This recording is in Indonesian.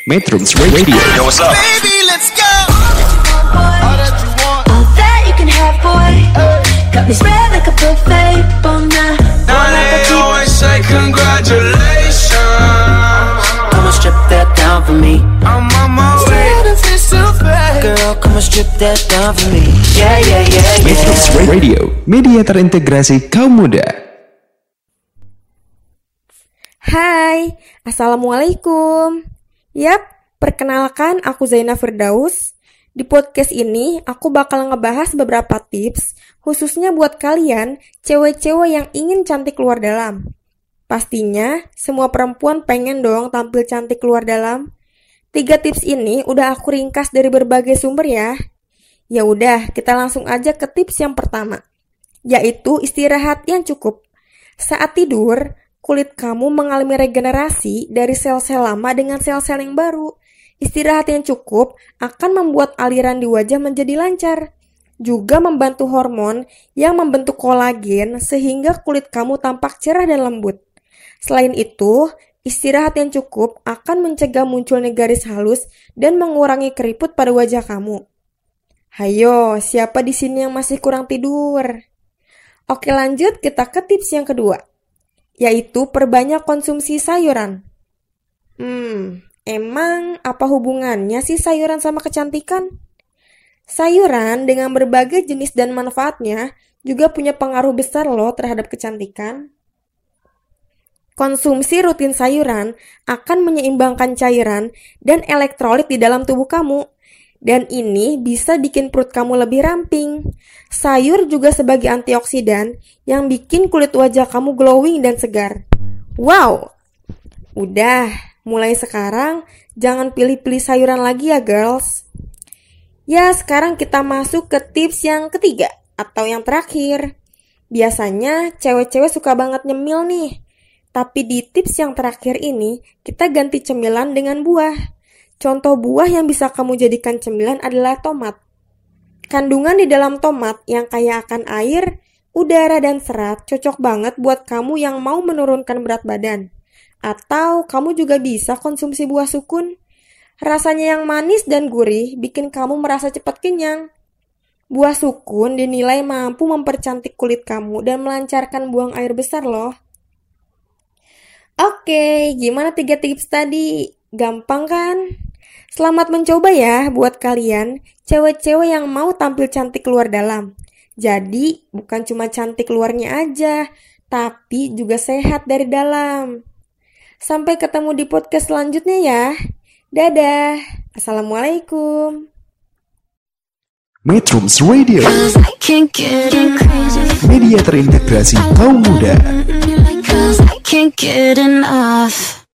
Metrums Radio. Yo, what's up? Baby, let's go. All that you want, All that you can have, boy. Got me spread like a buffet, bon night. now they always say congratulations. Come on, strip that down for me. I'm on my way. Girl, come on, strip that down for me. Yeah, yeah, yeah, Metrums yeah. Radio, media terintegrasi kaum muda. Hai, Assalamualaikum. Yap, perkenalkan aku Zaina Firdaus. Di podcast ini aku bakal ngebahas beberapa tips khususnya buat kalian cewek-cewek yang ingin cantik luar dalam. Pastinya semua perempuan pengen dong tampil cantik luar dalam. 3 tips ini udah aku ringkas dari berbagai sumber ya. Ya udah, kita langsung aja ke tips yang pertama, yaitu istirahat yang cukup. Saat tidur, kulit kamu mengalami regenerasi dari sel-sel lama dengan sel-sel yang baru. Istirahat yang cukup akan membuat aliran di wajah menjadi lancar. Juga membantu hormon yang membentuk kolagen sehingga kulit kamu tampak cerah dan lembut. Selain itu, istirahat yang cukup akan mencegah munculnya garis halus dan mengurangi keriput pada wajah kamu. Hayo, siapa di sini yang masih kurang tidur? Oke, lanjut kita ke tips yang kedua, yaitu perbanyak konsumsi sayuran. Emang apa hubungannya sih sayuran sama kecantikan? Sayuran dengan berbagai jenis dan manfaatnya juga punya pengaruh besar loh terhadap kecantikan. Konsumsi rutin sayuran akan menyeimbangkan cairan dan elektrolit di dalam tubuh kamu. Dan ini bisa bikin perut kamu lebih ramping. Sayur juga sebagai antioksidan yang bikin kulit wajah kamu glowing dan segar. Wow! Udah, mulai sekarang jangan pilih-pilih sayuran lagi ya girls. Ya, sekarang kita masuk ke tips yang ketiga atau yang terakhir. Biasanya cewek-cewek suka banget nyemil nih. Tapi di tips yang terakhir ini, kita ganti cemilan dengan buah. Contoh buah yang bisa kamu jadikan cemilan adalah tomat. Kandungan di dalam tomat yang kaya akan air, udara, dan serat cocok banget buat kamu yang mau menurunkan berat badan. Atau kamu juga bisa konsumsi buah sukun. Rasanya yang manis dan gurih bikin kamu merasa cepat kenyang. Buah sukun dinilai mampu mempercantik kulit kamu dan melancarkan buang air besar loh. Oke, gimana 3 tips tadi? Gampang kan? Selamat mencoba ya buat kalian, cewek-cewek yang mau tampil cantik luar dalam. Jadi, bukan cuma cantik luarnya aja, tapi juga sehat dari dalam. Sampai ketemu di podcast selanjutnya ya. Dadah. Assalamualaikum. Metrums Radio, media terintegrasi kaum muda. Can't get enough.